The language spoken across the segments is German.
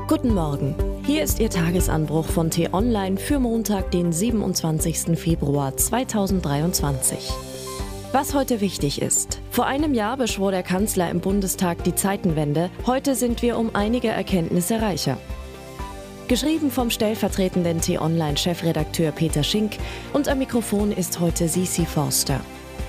Guten Morgen, hier ist Ihr Tagesanbruch von T-Online für Montag, den 27. Februar 2023. Was heute wichtig ist. Vor einem Jahr beschwor der Kanzler im Bundestag die Zeitenwende. Heute sind wir um einige Erkenntnisse reicher. Geschrieben vom stellvertretenden T-Online-Chefredakteur Peter Schink und am Mikrofon ist heute Sisi Forster.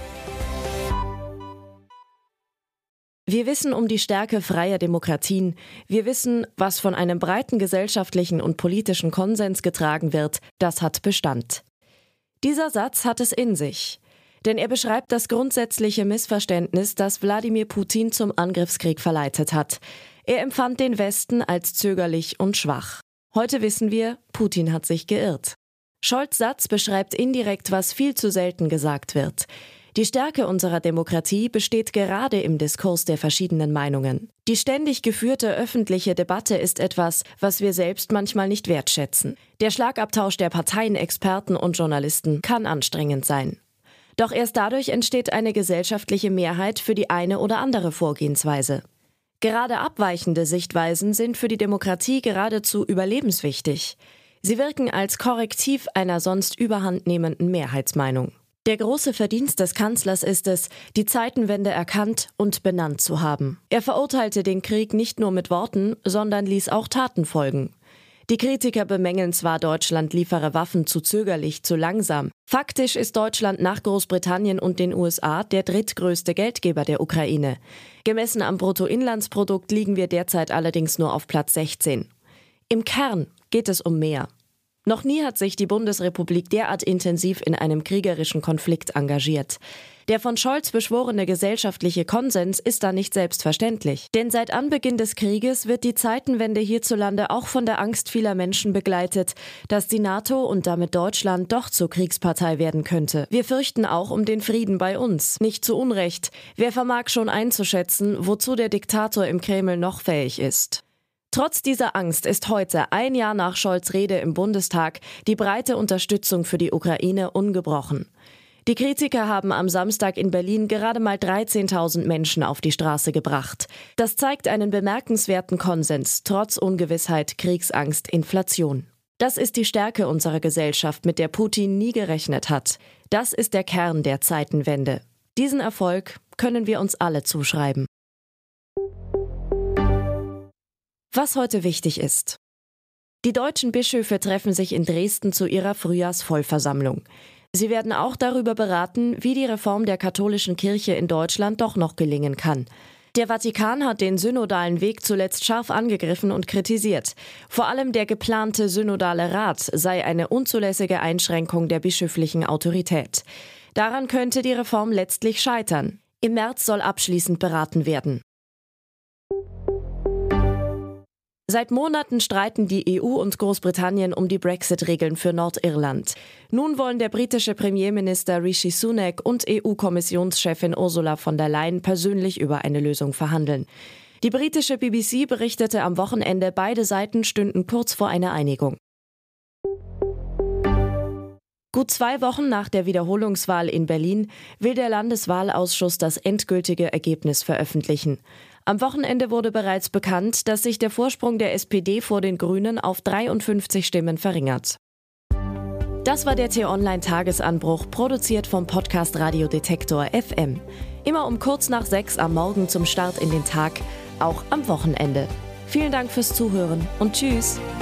Wir wissen um die Stärke freier Demokratien. Wir wissen, was von einem breiten gesellschaftlichen und politischen Konsens getragen wird. Das hat Bestand. Dieser Satz hat es in sich. Denn er beschreibt das grundsätzliche Missverständnis, das Wladimir Putin zum Angriffskrieg verleitet hat. Er empfand den Westen als zögerlich und schwach. Heute wissen wir, Putin hat sich geirrt. Scholz' Satz beschreibt indirekt, was viel zu selten gesagt wird. Die Stärke unserer Demokratie besteht gerade im Diskurs der verschiedenen Meinungen. Die ständig geführte öffentliche Debatte ist etwas, was wir selbst manchmal nicht wertschätzen. Der Schlagabtausch der Parteien, Experten und Journalisten kann anstrengend sein. Doch erst dadurch entsteht eine gesellschaftliche Mehrheit für die eine oder andere Vorgehensweise. Gerade abweichende Sichtweisen sind für die Demokratie geradezu überlebenswichtig. Sie wirken als Korrektiv einer sonst überhandnehmenden Mehrheitsmeinung. Der große Verdienst des Kanzlers ist es, die Zeitenwende erkannt und benannt zu haben. Er verurteilte den Krieg nicht nur mit Worten, sondern ließ auch Taten folgen. Die Kritiker bemängeln zwar, Deutschland liefere Waffen zu zögerlich, zu langsam. Faktisch ist Deutschland nach Großbritannien und den USA der drittgrößte Geldgeber der Ukraine. Gemessen am Bruttoinlandsprodukt liegen wir derzeit allerdings nur auf Platz 16. Im Kern geht es um mehr. Noch nie hat sich die Bundesrepublik derart intensiv in einem kriegerischen Konflikt engagiert. Der von Scholz beschworene gesellschaftliche Konsens ist da nicht selbstverständlich. Denn seit Anbeginn des Krieges wird die Zeitenwende hierzulande auch von der Angst vieler Menschen begleitet, dass die NATO und damit Deutschland doch zur Kriegspartei werden könnte. Wir fürchten auch um den Frieden bei uns. Nicht zu Unrecht. Wer vermag schon einzuschätzen, wozu der Diktator im Kreml noch fähig ist? Trotz dieser Angst ist heute, ein Jahr nach Scholz' Rede im Bundestag, die breite Unterstützung für die Ukraine ungebrochen. Die Kritiker haben am Samstag in Berlin gerade mal 13.000 Menschen auf die Straße gebracht. Das zeigt einen bemerkenswerten Konsens, trotz Ungewissheit, Kriegsangst, Inflation. Das ist die Stärke unserer Gesellschaft, mit der Putin nie gerechnet hat. Das ist der Kern der Zeitenwende. Diesen Erfolg können wir uns alle zuschreiben. Was heute wichtig ist. Die deutschen Bischöfe treffen sich in Dresden zu ihrer Frühjahrsvollversammlung. Sie werden auch darüber beraten, wie die Reform der katholischen Kirche in Deutschland doch noch gelingen kann. Der Vatikan hat den synodalen Weg zuletzt scharf angegriffen und kritisiert. Vor allem der geplante synodale Rat sei eine unzulässige Einschränkung der bischöflichen Autorität. Daran könnte die Reform letztlich scheitern. Im März soll abschließend beraten werden. Seit Monaten streiten die EU und Großbritannien um die Brexit-Regeln für Nordirland. Nun wollen der britische Premierminister Rishi Sunak und EU-Kommissionschefin Ursula von der Leyen persönlich über eine Lösung verhandeln. Die britische BBC berichtete am Wochenende, beide Seiten stünden kurz vor einer Einigung. Gut 2 Wochen nach der Wiederholungswahl in Berlin will der Landeswahlausschuss das endgültige Ergebnis veröffentlichen. Am Wochenende wurde bereits bekannt, dass sich der Vorsprung der SPD vor den Grünen auf 53 Stimmen verringert. Das war der T-Online-Tagesanbruch, produziert vom Podcast Radio Detektor FM. Immer um kurz nach 6 am Morgen zum Start in den Tag, auch am Wochenende. Vielen Dank fürs Zuhören und tschüss!